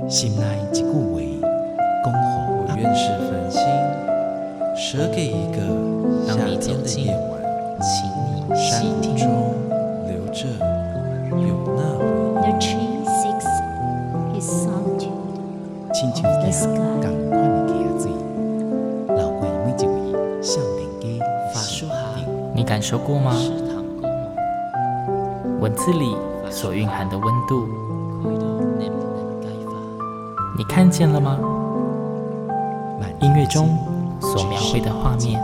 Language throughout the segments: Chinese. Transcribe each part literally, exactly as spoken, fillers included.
心内一句话，讲好我愿是繁星，舍给一个夏天的夜晚， 请你山细听。 谷中留着有那回 The tree seeks his solitude 亲像 of the 行 sky. 同款的溪水，流过每一位少年家法树下你感受过吗？ 池塘沟梦， 文字里所蕴含的温度， 开到你不能解法。 你看见了吗？ 慢音乐中所描绘的画面，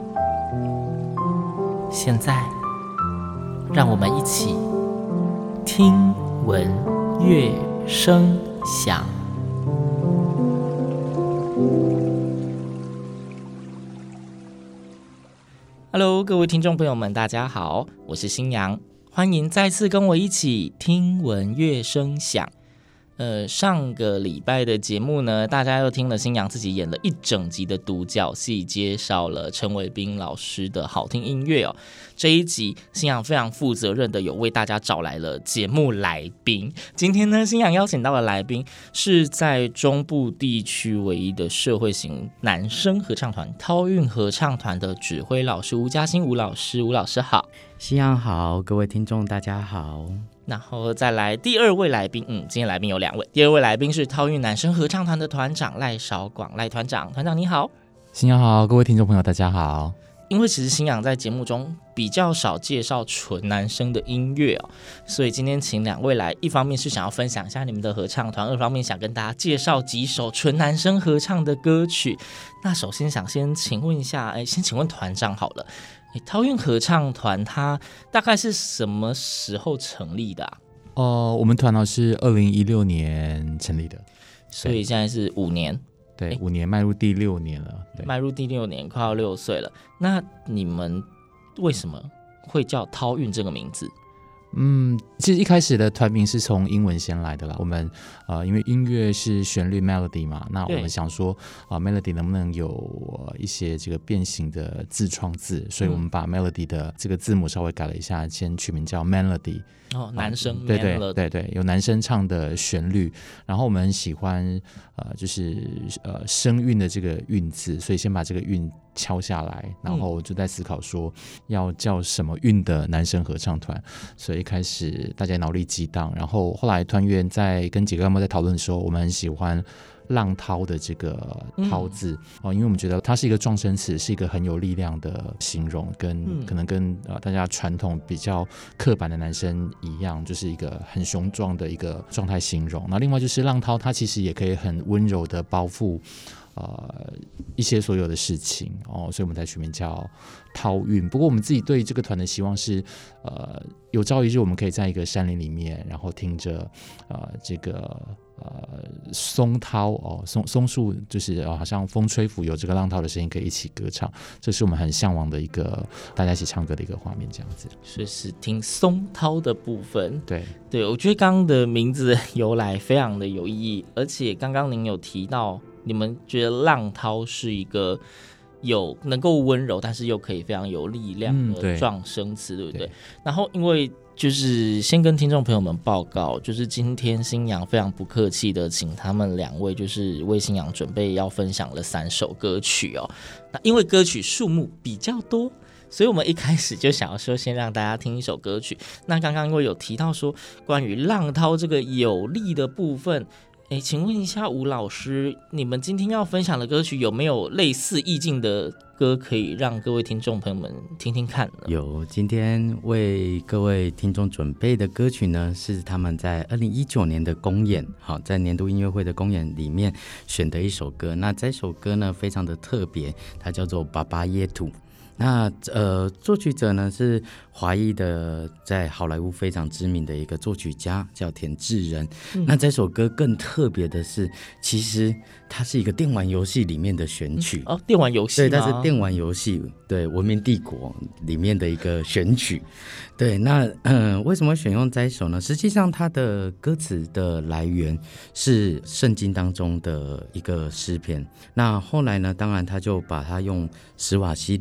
现在让我们一起听闻乐声响。Hello， 各位听众朋友们，大家好，我是新阳，欢迎再次跟我一起听闻乐声响。呃，上个礼拜的节目呢，大家又听了新阳自己演了一整集的独角戏，介绍了陈伟斌老师的好听音乐哦。这一集新阳非常负责任的有为大家找来了节目来宾。今天呢，新阳邀请到的来宾是在中部地区唯一的社会型男生合唱团涛韵合唱团的指挥老师吴嘉欣吴老师。吴老师好。 夕阳好，各位听众大家好。 然后再来第二位来宾，嗯，今天来宾有两位。第二位来宾是涛韵男生合唱团的团长赖韶广，赖团长，团长你好。 新阳好，各位听众朋友大家好。 因为其实新阳在节目中比较少介绍纯男生的音乐哦，所以今天请两位来，一方面是想要分享一下你们的合唱团，二方面想跟大家介绍几首纯男生合唱的歌曲。那首先想先请问一下，哎，先请问团长好了。涛韵合唱团它大概是什么时候成立的啊？ 呃，我们团呢是二零一六年成立的， 所以现在是五年， 对，五年迈入第六年了，对， 迈入第六年，快要六岁了。那你们为什么会叫涛韵这个名字？ 嗯，其实一开始的团名是从英文先来的啦。我们呃，因为音乐是旋律 melody 嘛，那我们想说啊、呃、，melody 能不能有、呃、一些这个变形的字创字，所以我们把 melody 的这个字母稍微改了一下，先取名叫 melody。 哦，男生、 呃、对对对对，有男生唱的旋律，然后我们很喜欢呃，就是呃声韵的这个韵字，所以先把这个韵敲下来，然后就在思考说要叫什么韵的男生合唱团，所以一开始大家脑力激荡，然后后来团员在跟几个干部在讨论的时候，我们很喜欢浪涛的这个涛字、嗯哦、因为我们觉得它是一个状声词，是一个很有力量的形容，跟、嗯、可能跟、呃、大家传统比较刻板的男生一样，就是一个很雄壮的一个状态形容。那另外就是浪涛，它其实也可以很温柔的包覆呃，一些所有的事情哦，所以我们才取名叫涛韵。不过我们自己对这个团的希望是，呃，有朝一日我们可以在一个山林里面，然后听着呃这个呃松涛哦，松松树就是、呃、好像风吹拂有这个浪涛的声音，可以一起歌唱，这是我们很向往的一个大家一起唱歌的一个画面，这样子。 所以是听松涛的部分。 对对，我觉得刚刚的名字由来非常的有意义，而且刚刚您有提到。你们觉得浪涛是一个有能够温柔，但是又可以非常有力量的状声词、嗯、对, 对不对？然后因为就是先跟听众朋友们报告，就是今天新阳非常不客气的请他们两位，就是为新阳准备要分享了三首歌曲哦。那因为歌曲数目比较多，所以我们一开始就想要说先让大家听一首歌曲。那刚刚因为有提到说关于浪涛这个有力的部分，哎，请问一下吴老师，你们今天要分享的歌曲有没有类似意境的歌可以让各位听众朋友们听听看呢？ 有，今天为各位听众准备的歌曲呢，是他们在二零一九年的公演，好，在年度音乐会的公演里面选的一首歌。那这首歌呢，非常的特别，它叫做《巴巴耶土》。那呃，作曲者呢是华裔的，在好莱坞非常知名的一个作曲家，叫田智仁、嗯。那这首歌更特别的是，其实它是一个电玩游戏里面的选曲、 嗯、哦，电玩游戏吗？ 对，它是电玩游戏，对，《文明帝国》里面的一个选曲。对，那嗯、呃，为什么选用这一首呢？实际上，它的歌词的来源是圣经当中的一个诗篇。那后来呢，当然他就把它用史瓦希里语言。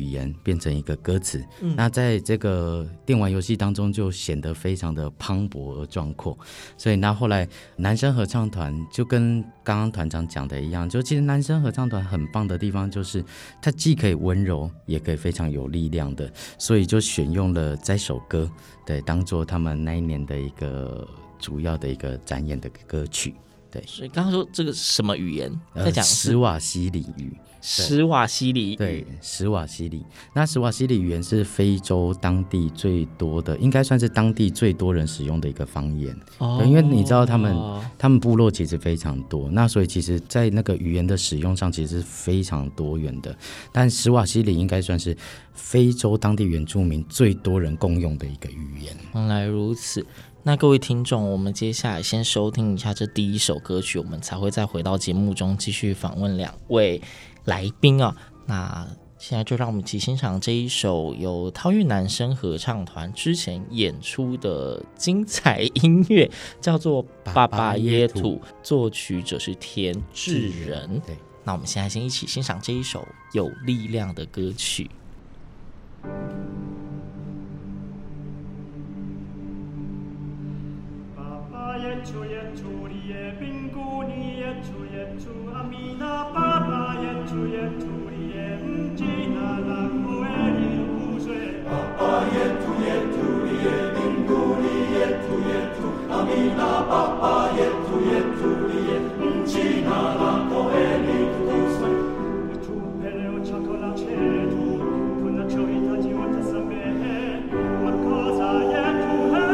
言变成一个歌词、 嗯、 那在这个电玩游戏当中就显得非常的磅礴而壮阔，所以那后来男生合唱团就跟刚刚团长讲的一样，就其实男生合唱团很棒的地方就是它既可以温柔也可以非常有力量的，所以就选用了这首歌，对，当做他们那一年的一个主要的一个展演的歌曲。对， 所以刚刚说这个是什么语言？在讲、呃、 史瓦西里语。 史瓦西里语， 对，史瓦西里。那史瓦西里语言是非洲当地最多的，应该算是当地最多人使用的一个方言。哦，因为你知道他们他们部落其实非常多，那所以其实在那个语言的使用上其实是非常多元的。但史瓦西里应该算是非洲当地原住民最多人共用的一个语言。 原来如此。那各位听众，我们接下来先收听一下这第一首歌曲，我们才会再回到节目中继续访问两位来宾啊。那现在就让我们一起欣赏这一首由桃韵男声合唱团之前演出的精彩音乐，叫做《巴巴耶土》，作曲者是田志仁。对，那我们现在先一起欣赏这一首有力量的歌曲。 Yetu yetu liye mbinguni, yetu yetu amina. Baba yetu yetu liye, jina lako litukuzwe. Baba yetu yetu liye mbinguni, yetu yetu amina. Baba yetu yetu liye, jina lako litukuzwe. Utupe leo chakula chetu, tunachohitaji watasamehe makosa yetu.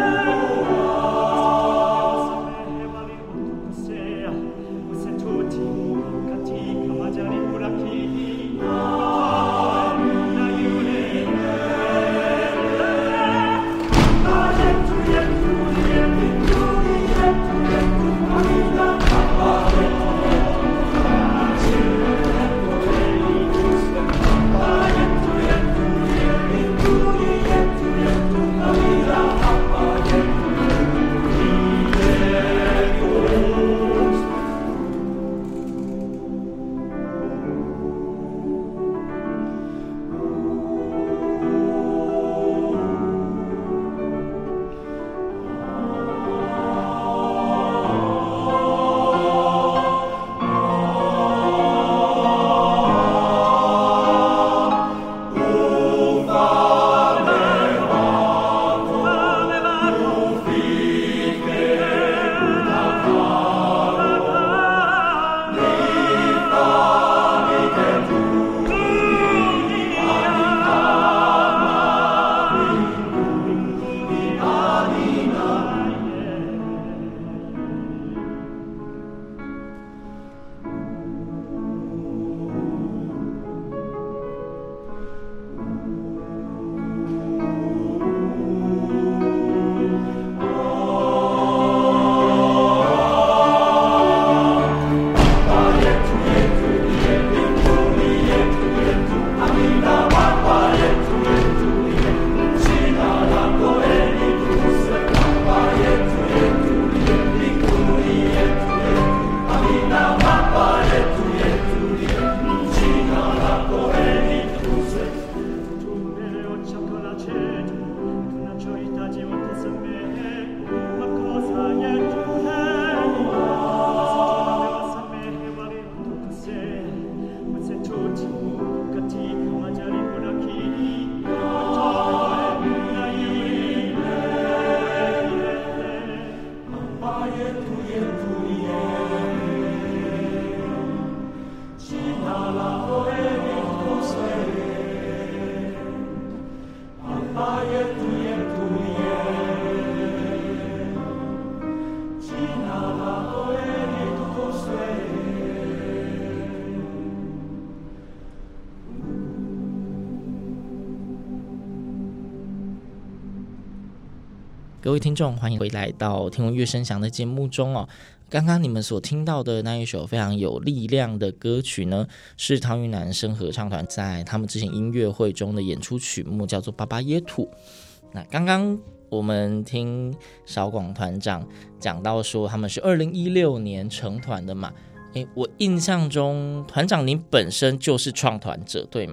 各位听众，欢迎回来到听闻乐声响的节目中哦。刚刚你们所听到的那一首非常有力量的歌曲呢，是桃韵男声合唱团在他们之前音乐会中的演出曲目，叫做《巴巴耶土》。那刚刚我们听韶广团长讲到说，他们是二零一六年成团的嘛？诶，我印象中团长您本身就是创团者，对吗？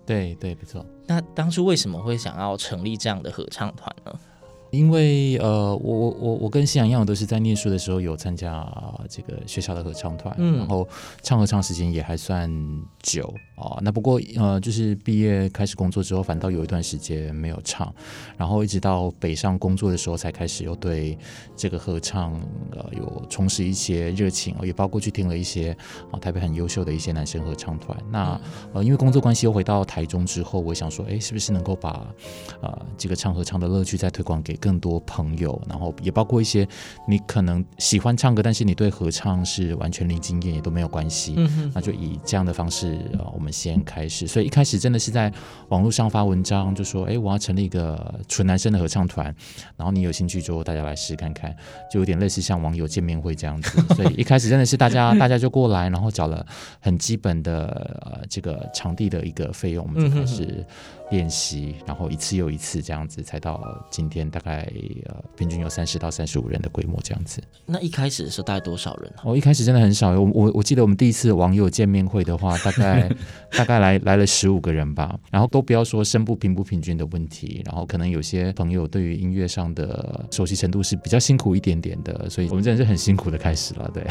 对对，没错。 那当初为什么会想要成立这样的合唱团呢？ 因为呃，我我我我跟信阳一样，都是在念书的时候有参加这个学校的合唱团，嗯、然后唱合唱时间也还算久啊。那不过呃，就是毕业开始工作之后，反倒有一段时间没有唱，然后一直到北上工作的时候，才开始又对这个合唱呃有重拾一些热情，也包括去听了一些啊台北很优秀的一些男生合唱团。那呃，因为工作关系又回到台中之后，我想说，哎，是不是能够把呃这个唱合唱的乐趣再推广给更多朋友，然后也包括一些你可能喜欢唱歌，但是你对合唱是完全零经验也都没有关系，嗯、那就以这样的方式、呃、我们先开始。所以一开始真的是在网络上发文章，就说哎，我要成立一个纯男生的合唱团，然后你有兴趣就大家来试看看，就有点类似像网友见面会这样子。所以一开始真的是大家大家就过来，然后缴了很基本的、呃、这个场地的一个费用，我们就开始练习，然后一次又一次这样子，才到今天大概呃平均有三十到三十五人的规模这样子。 那一开始的时候大概多少人、啊？ 我、哦、一开始真的很少，我我我记得我们第一次网友见面会的话，大概大概来来了十五个人吧，然后都不要说声部平不平均的问题，然后可能有些朋友对于音乐上的熟悉程度是比较辛苦一点点的，所以我们真的是很辛苦的开始了，对。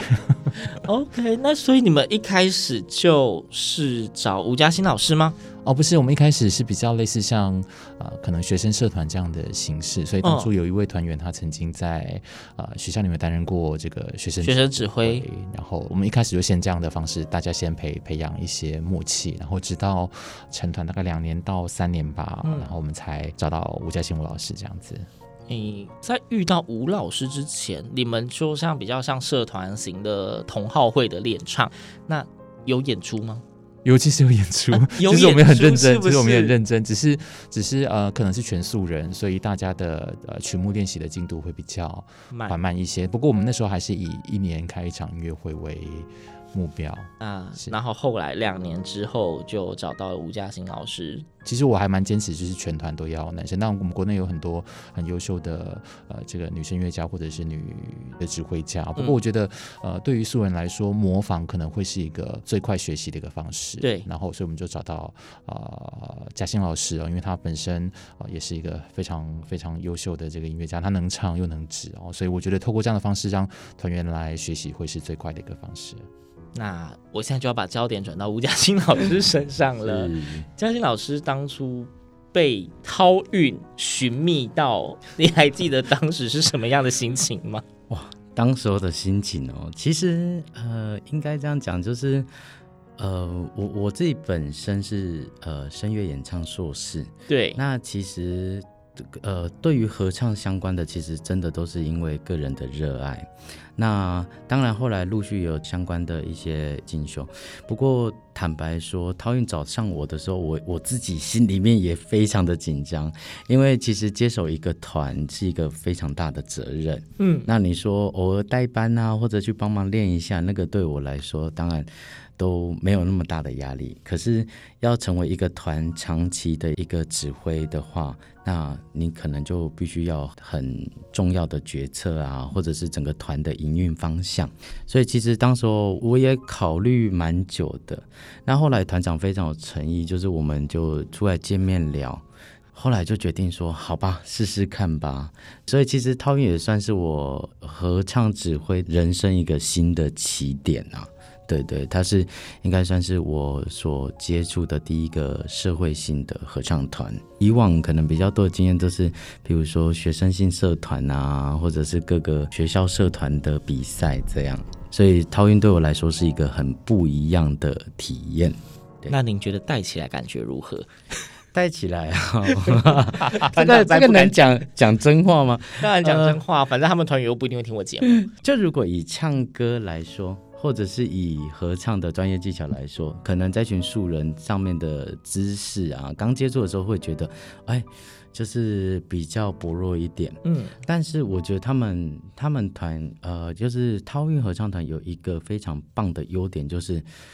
OK， 那所以你们一开始就是找吴嘉欣老师吗？ 哦，不是，我们一开始是比较类似像呃可能学生社团这样的形式，所以当初有一位团员他曾经在呃学校里面担任过这个学生学生指挥， 然后我们一开始就先这样的方式，大家先培培养一些默契，然后直到成团大概两年到三年吧、嗯，然后我们才找到吴嘉欣吴老师这样子。 你在遇到吴老师之前，你们就像比较像社团型的同好会的练唱，那有演出吗？ 尤其是有演出， 啊、有演出其实我们也很认真， 是不是其实我们也很认真，只是只是呃，可能是全素人，所以大家的呃曲目练习的进度会比较缓慢一些。不过我们那时候还是以一年开一场音乐会为目标啊，然后后来两年之后就找到了吴嘉欣老师。 其实我还蛮坚持，就是全团都要男生。但我们国内有很多很优秀的呃这个女声乐家或者是女的指挥家。不过我觉得、嗯、呃对于素人来说，模仿可能会是一个最快学习的一个方式。 对， 然后所以我们就找到呃嘉欣老师哦，因为他本身、呃、也是一个非常非常优秀的这个音乐家，他能唱又能指哦，所以我觉得透过这样的方式让团员来学习会是最快的一个方式。 那我现在就要把焦点转到吴嘉欣老师身上了。嘉欣老师当初被涛韵寻觅到，你还记得当时是什么样的心情吗？ 哇，当时候的心情哦，其实呃，应该这样讲，就是呃，我我自己本身是呃声乐演唱硕士， 对， 那其实。呃，对于合唱相关的，其实真的都是因为个人的热爱。那当然，后来陆续有相关的一些进修。不过坦白说，涛韵找上我的时候，我我自己心里面也非常的紧张，因为其实接手一个团是一个非常大的责任。嗯，那你说偶尔代班啊，或者去帮忙练一下，那个对我来说，当然都没有那么大的压力。可是要成为一个团长期的一个指挥的话，那你可能就必须要很重要的决策啊，或者是整个团的营运方向。所以其实当时候我也考虑蛮久的。那后来团长非常有诚意，就是我们就出来见面聊。后来就决定说好吧，试试看吧。所以其实涛韵也算是我合唱指挥人生一个新的起点啊。对对，他是应该算是我所接触的第一个社会性的合唱团。以往可能比较多的经验都是比如说学生性社团啊，或者是各个学校社团的比赛这样。所以涛韵对我来说是一个很不一样的体验。 那您觉得带起来感觉如何？ 带起来啊！这个这个能讲讲真话吗？ 当然讲真话、呃，反正他们团员又不一定会听我节目。 就如果以唱歌来说，或者是以合唱的专业技巧来说，可能在群素人上面的知识啊，刚接触的时候会觉得，哎，就是比较薄弱一点。嗯，但是我觉得他们他们团呃，就是涛韵合唱团有一个非常棒的优点，就是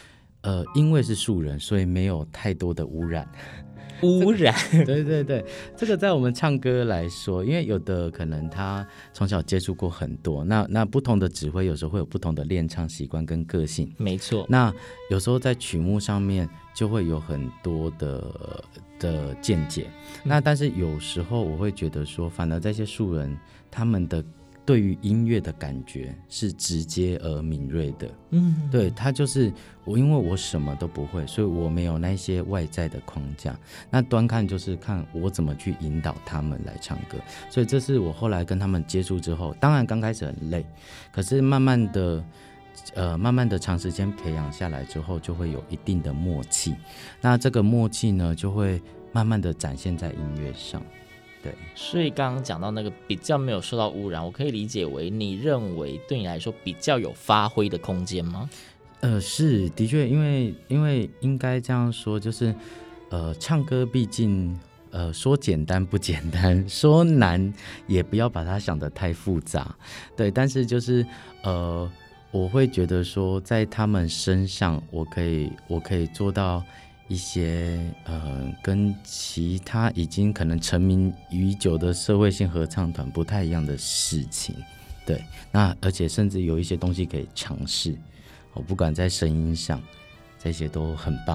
呃，因为是素人，所以没有太多的污染。 污染， 对对对，这个在我们唱歌来说，因为有的可能他从小接触过很多，那那不同的指挥有时候会有不同的练唱习惯跟个性， 没错。 那有时候在曲目上面就会有很多的的见解，那但是有时候我会觉得说，反而这些素人他们的对于音乐的感觉是直接而敏锐的，嗯，对，他就是我，因为我什么都不会，所以我没有那些外在的框架。那端看就是看我怎么去引导他们来唱歌，所以这是我后来跟他们接触之后，当然刚开始很累，可是慢慢的，呃，慢慢的长时间培养下来之后，就会有一定的默契。那这个默契呢，就会慢慢的展现在音乐上。对， 所以刚刚讲到那个比较没有受到污染，我可以理解为你认为对你来说比较有发挥的空间吗？ 呃，是的确，因为因为应该这样说，就是呃，唱歌毕竟呃说简单不简单，说难也不要把它想得太复杂，对，但是就是呃，我会觉得说，在他们身上，我可以我可以做到一些呃，跟其他已经可能成名已久的社会性合唱团不太一样的事情，对，那而且甚至有一些东西可以尝试，我不管在声音上，这些都很棒。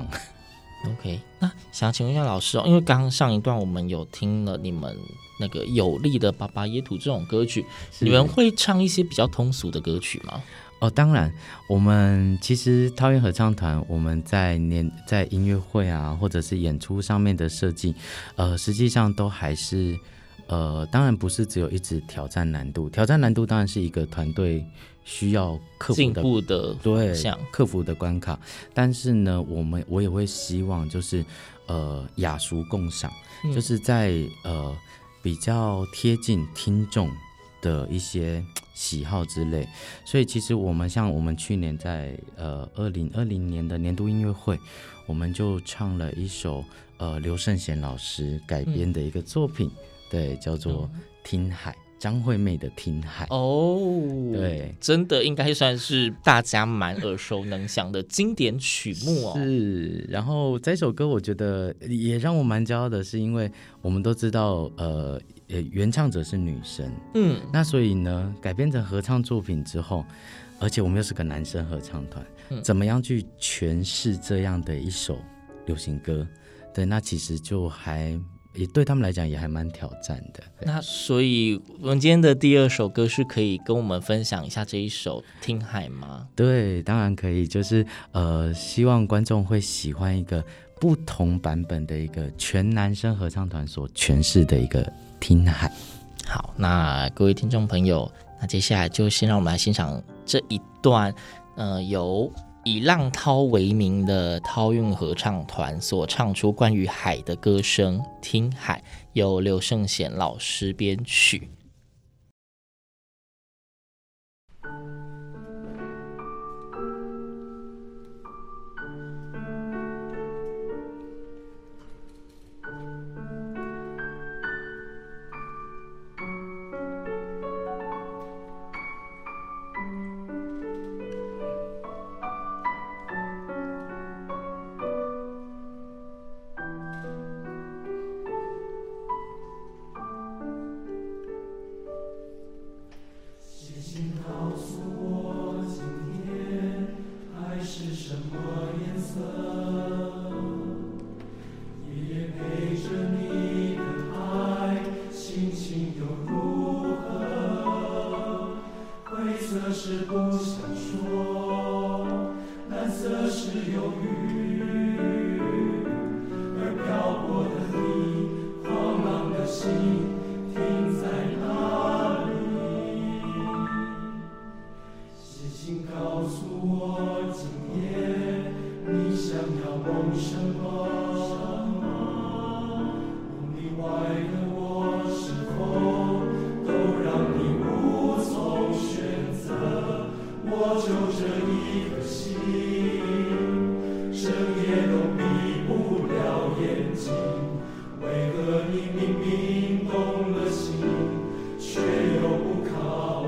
OK， 那想请问一下老师哦，因为刚刚上一段我们有听了你们那个有力的巴巴耶土这种歌曲，你们会唱一些比较通俗的歌曲吗？ 哦，当然，我们其实桃园合唱团，我们在年在音乐会啊，或者是演出上面的设计，呃，实际上都还是，呃，当然不是只有一直挑战难度，挑战难度当然是一个团队需要克服的进步的对项克服的关卡，但是呢，我们我也会希望就是呃雅俗共赏，嗯、就是在呃比较贴近听众的一些喜好之类，所以其实我们像我们去年在呃二零二零年的年度音乐会，我们就唱了一首呃刘圣贤老师改编的一个作品，嗯、对，叫做《听海》，张惠妹的《听海》。 哦， 对， 真的应该算是大家蛮耳熟能详的经典曲目哦。 是，然后这首歌我觉得也让我蛮骄傲的，是因为我们都知道，呃。呃，原唱者是女生，嗯，那所以呢，改编成合唱作品之后，而且我们又是个男生合唱团，嗯、怎么样去诠释这样的一首流行歌？对，那其实就还也对他们来讲也还蛮挑战的。 那所以我们今天的第二首歌是可以跟我们分享一下这一首《听海》吗？ 对，当然可以，就是呃，希望观众会喜欢一个不同版本的一个全男生合唱团所诠释的一个。听海。 好，那各位听众朋友，那接下来就先让我们来欣赏这一段，呃，由以浪涛为名的涛韵合唱团所唱出关于海的歌声《听海》，由刘圣贤老师编曲。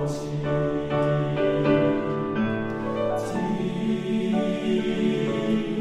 听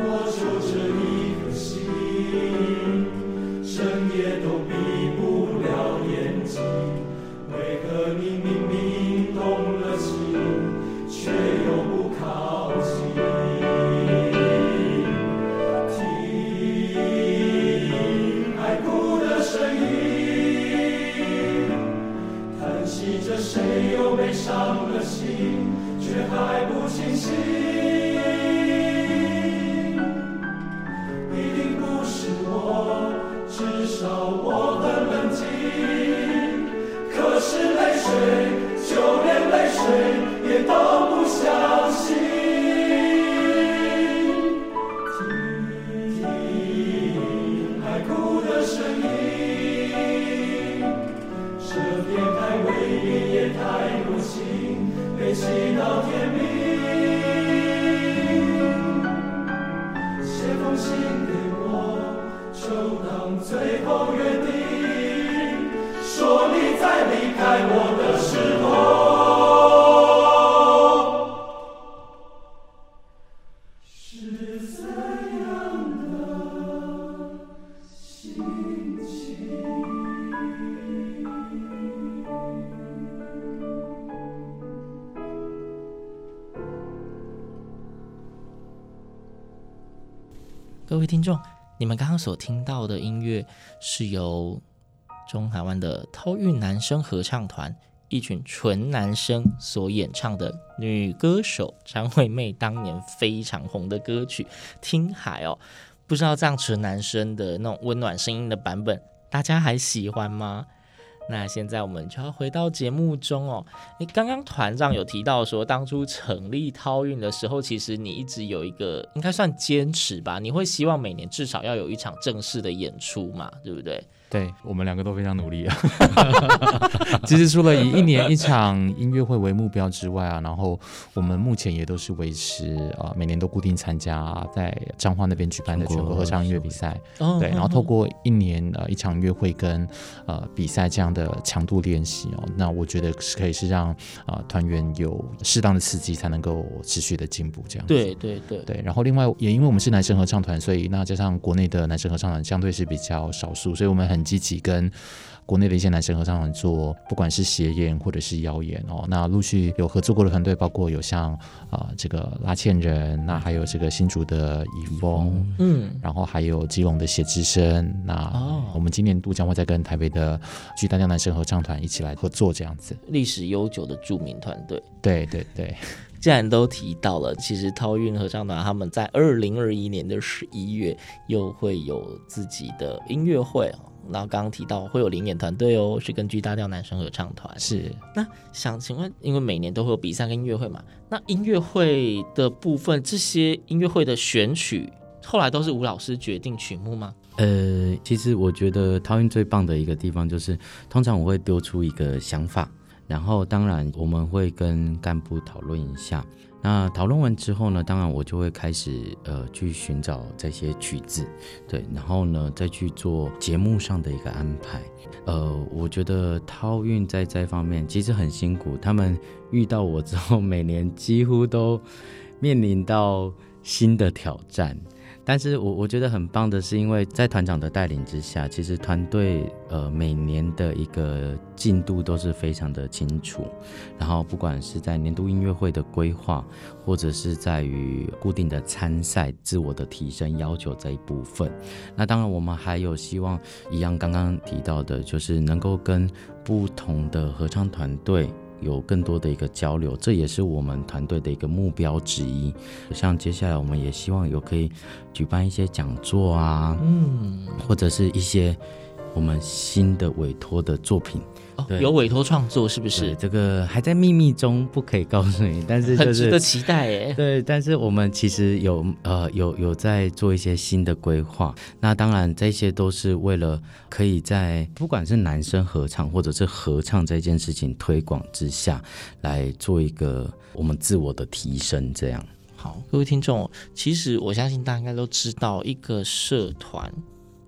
各位听众，你们刚刚所听到的音乐是由中台湾的涛韵男声合唱团一群纯男生所演唱的女歌手张惠妹当年非常红的歌曲《听海》哦。不知道这样纯男生的那种温暖声音的版本，大家还喜欢吗？那现在我们就要回到节目中哦。你刚刚团长有提到说，当初成立涛韵的时候，其实你一直有一个应该算坚持吧，你会希望每年至少要有一场正式的演出嘛，对不对？ 对，我们两个都非常努力啊。其实除了以一年一场音乐会为目标之外啊，然后我们目前也都是维持呃每年都固定参加在彰化那边举办的全国合唱音乐比赛， 哦、 对，然后透过一年呃一场音乐会跟呃比赛这样的强度练习哦，那我觉得是可以是让呃团员有适当的刺激，才能够持续的进步这样子。 对对对对，然后另外也因为我们是男生合唱团，所以那加上国内的男生合唱团相对是比较少数，所以我们很积极跟国内的一些男生合唱团做，不管是协演或者是邀演哦。那陆续有合作过的团队，包括有像啊、呃、这个拉纤人，那还有这个新竹的以风，嗯，然后还有基隆的血之声。那、哦、我们今年度将会再跟台北的巨大调男生合唱团一起来合作，这样子。 历史悠久的著名团队。 对对对。 既然都提到了，其实涛韵合唱团他们在二零二一年的十一月又会有自己的音乐会，然后刚刚提到会有领演团队哦，是跟巨大调男生合唱团。 是， 那想请问，因为每年都会有比赛跟音乐会嘛，那音乐会的部分，这些音乐会的选曲后来都是吴老师决定曲目吗？ 呃，其实我觉得涛韵最棒的一个地方就是，通常我会丢出一个想法，然后当然我们会跟干部讨论一下，那讨论完之后呢，当然我就会开始呃去寻找这些曲子，对，然后呢再去做节目上的一个安排。呃，我觉得涛韵在这方面其实很辛苦，他们遇到我之后，每年几乎都面临到新的挑战。但是我我觉得很棒的是，因为在团长的带领之下，其实团队呃每年的一个进度都是非常的清楚，然后不管是在年度音乐会的规划，或者是在于固定的参赛、自我的提升要求这一部分，那当然我们还有希望一样刚刚提到的，就是能够跟不同的合唱团队有更多的一个交流，这也是我们团队的一个目标之一。像接下来我们也希望有可以举办一些讲座啊，嗯，或者是一些我们新的委托的作品。 哦、有委托创作是不是？ 这个还在秘密中，不可以告诉你，但是就是很值得期待耶。 对，但是我们其实有呃有有在做一些新的规划。那当然，这些都是为了可以在不管是男生合唱或者是合唱这件事情推广之下，来做一个我们自我的提升。这样。 好，各位听众，其实我相信大家应该都知道，一个社团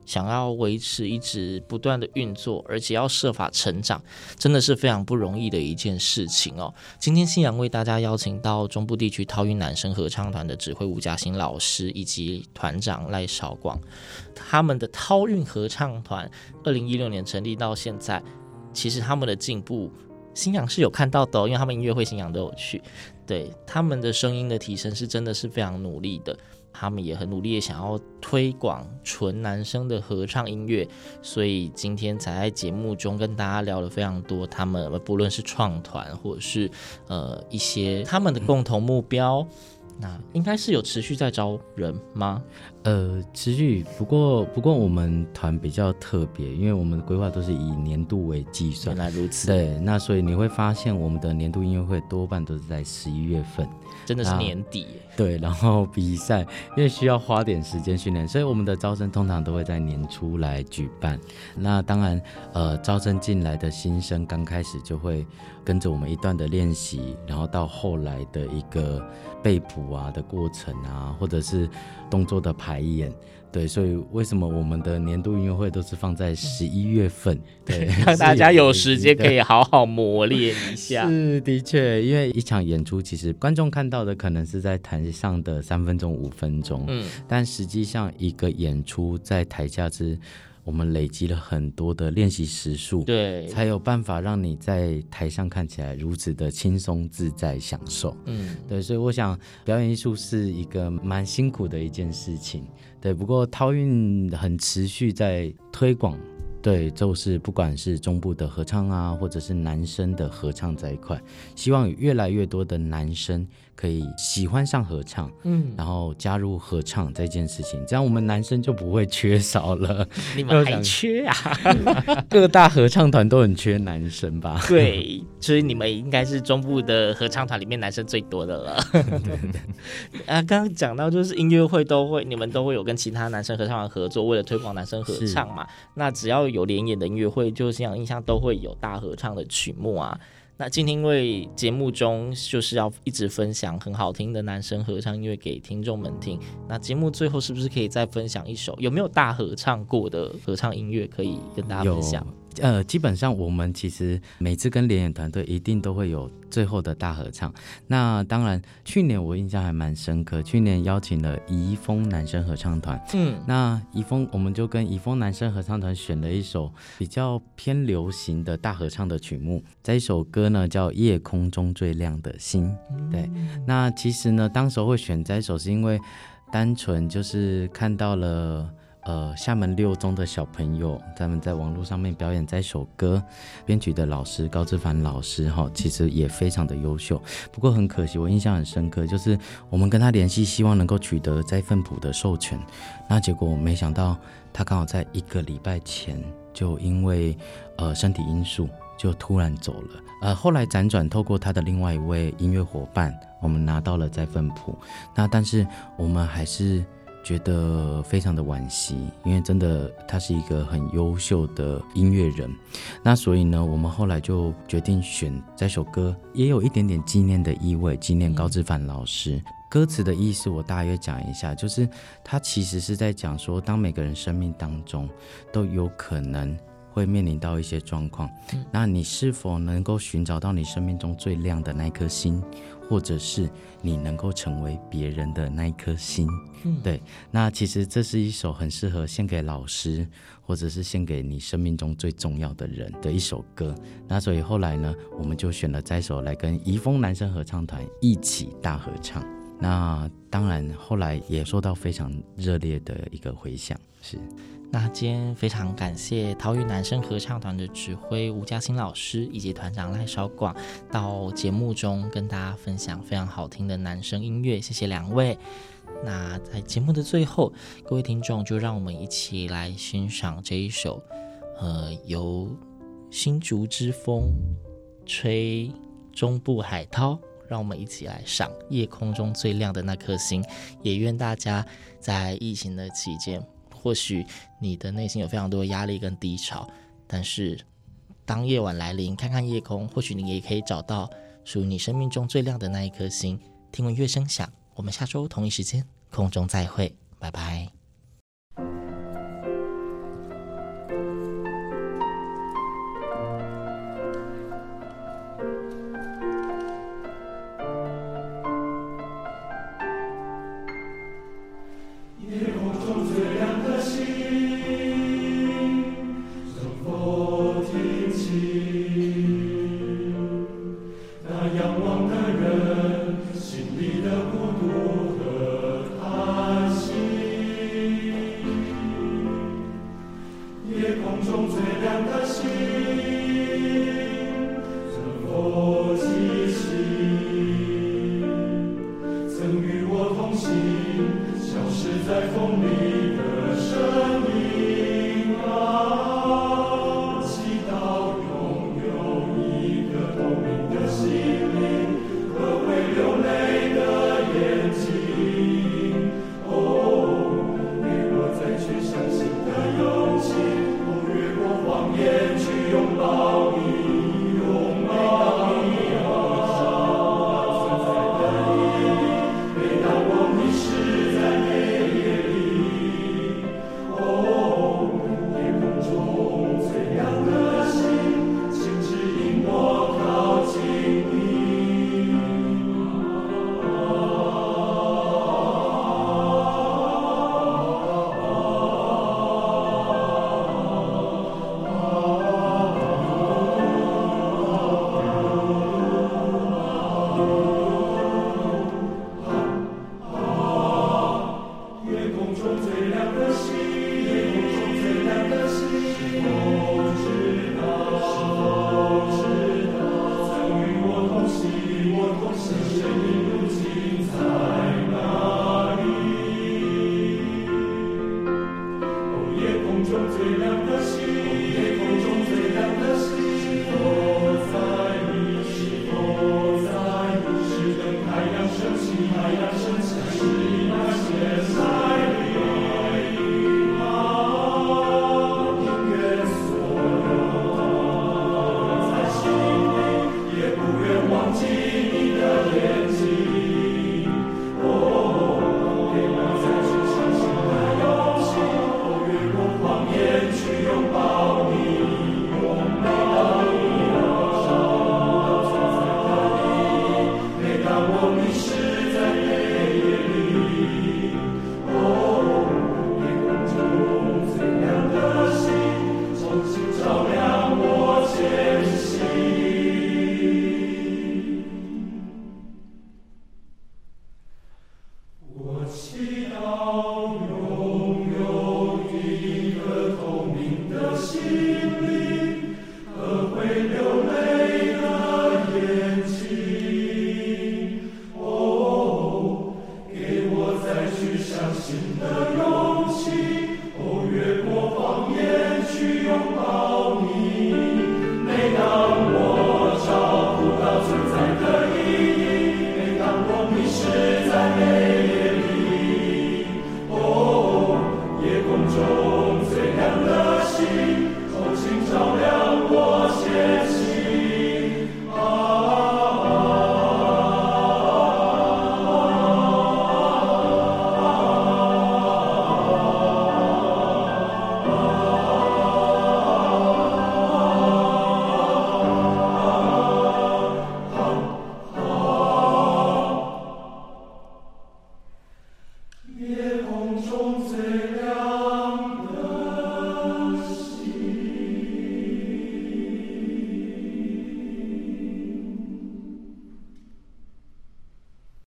想要维持一直不断的运作，而且要设法成长，真的是非常不容易的一件事情哦。今天信阳为大家邀请到中部地区桃园男生合唱团的指挥吴嘉欣老师以及团长赖绍广，他们的桃运合唱团二零一六年成立到现在，其实他们的进步信阳是有看到的哦，因为他们音乐会信阳都有去，对他们的声音的提升是真的是非常努力的，他们也很努力的想要推广纯男生的合唱音乐，所以今天才在节目中跟大家聊了非常多他们不论是创团或者是呃一些他们的共同目标。那应该是有持续在招人吗？ 呃，持续，不过不过我们团比较特别，因为我们的规划都是以年度为计算。 原来如此。 对，那所以你会发现我们的年度音乐会多半都是在十一月份， 真的是年底耶。 对，然后比赛因为需要花点时间训练，所以我们的招生通常都会在年初来举办。那当然，呃，招生进来的新生刚开始就会跟着我们一段的练习，然后到后来的一个背谱啊的过程啊，或者是动作的排演。对，所以为什么我们的年度音乐会都是放在十一月份？对， 让大家有时间可以好好磨练一下。 是，的确，因为一场演出，其实观众看到的可能是在台上的三分钟、五分钟，嗯，但实际上一个演出在台下是我们累积了很多的练习时数， 对， 才有办法让你在台上看起来如此的轻松自在、享受。嗯，对，所以我想表演艺术是一个蛮辛苦的一件事情。对，不过桃运很持续在推广。对，就是不管是中部的合唱啊，或者是男生的合唱这一块，希望有越来越多的男生可以喜欢上合唱，嗯，然后加入合唱这件事情，这样我们男生就不会缺少了。 你们还缺啊？ 各大合唱团都很缺男生吧？ 对，所以你们应该是中部的合唱团里面男生最多的了。对对啊，刚刚讲到就是音乐会都会，你们都会有跟其他男生合唱团合作，为了推广男生合唱嘛。那只要有联演的音乐会，就像印象都会有大合唱的曲目啊。那今天因为节目中就是要一直分享很好听的男生合唱音乐给听众们听，那节目最后是不是可以再分享一首有没有大合唱过的合唱音乐可以跟大家分享？ 呃，基本上我们其实每次跟联演团队一定都会有最后的大合唱。那当然，去年我印象还蛮深刻，去年邀请了怡丰男生合唱团，嗯，那怡丰我们就跟怡丰男生合唱团选了一首比较偏流行的大合唱的曲目，这一首歌呢叫《夜空中最亮的星》。对，那其实呢，当时候会选这一首是因为单纯就是看到了。呃，厦门六中的小朋友，他们在网络上面表演这首歌，编曲的老师高志凡老师哈，其实也非常的优秀。不过很可惜，我印象很深刻，就是我们跟他联系，希望能够取得摘份谱的授权，那结果没想到他刚好在一个礼拜前就因为呃身体因素就突然走了。呃，后来辗转透过他的另外一位音乐伙伴，我们拿到了摘份谱。那但是我们还是觉得非常的惋惜，因为真的他是一个很优秀的音乐人。那所以呢，我们后来就决定选这首歌，也有一点点纪念的意味，纪念高志凡老师。歌词的意思我大约讲一下，就是他其实是在讲说，当每个人生命当中都有可能会面临到一些状况，嗯，那你是否能够寻找到你生命中最亮的那颗星，或者是你能够成为别人的那一颗星，嗯，对，那其实这是一首很适合献给老师，或者是献给你生命中最重要的人的一首歌。那所以后来呢，我们就选了这首来跟怡丰男生合唱团一起大合唱。那当然后来也受到非常热烈的一个回响。是， 那今天非常感谢桃园男生合唱团的指挥吴嘉欣老师以及团长赖绍广到节目中跟大家分享非常好听的男生音乐，谢谢两位。那在节目的最后，各位听众就让我们一起来欣赏这一首呃，由新竹之风吹中部海涛，让我们一起来赏夜空中最亮的那颗星。也愿大家在疫情的期间，或许你的内心有非常多的压力跟低潮，但是当夜晚来临，看看夜空，或许你也可以找到属于你生命中最亮的那一颗星。听闻乐声响，我们下周同一时间空中再会，拜拜。 中最亮的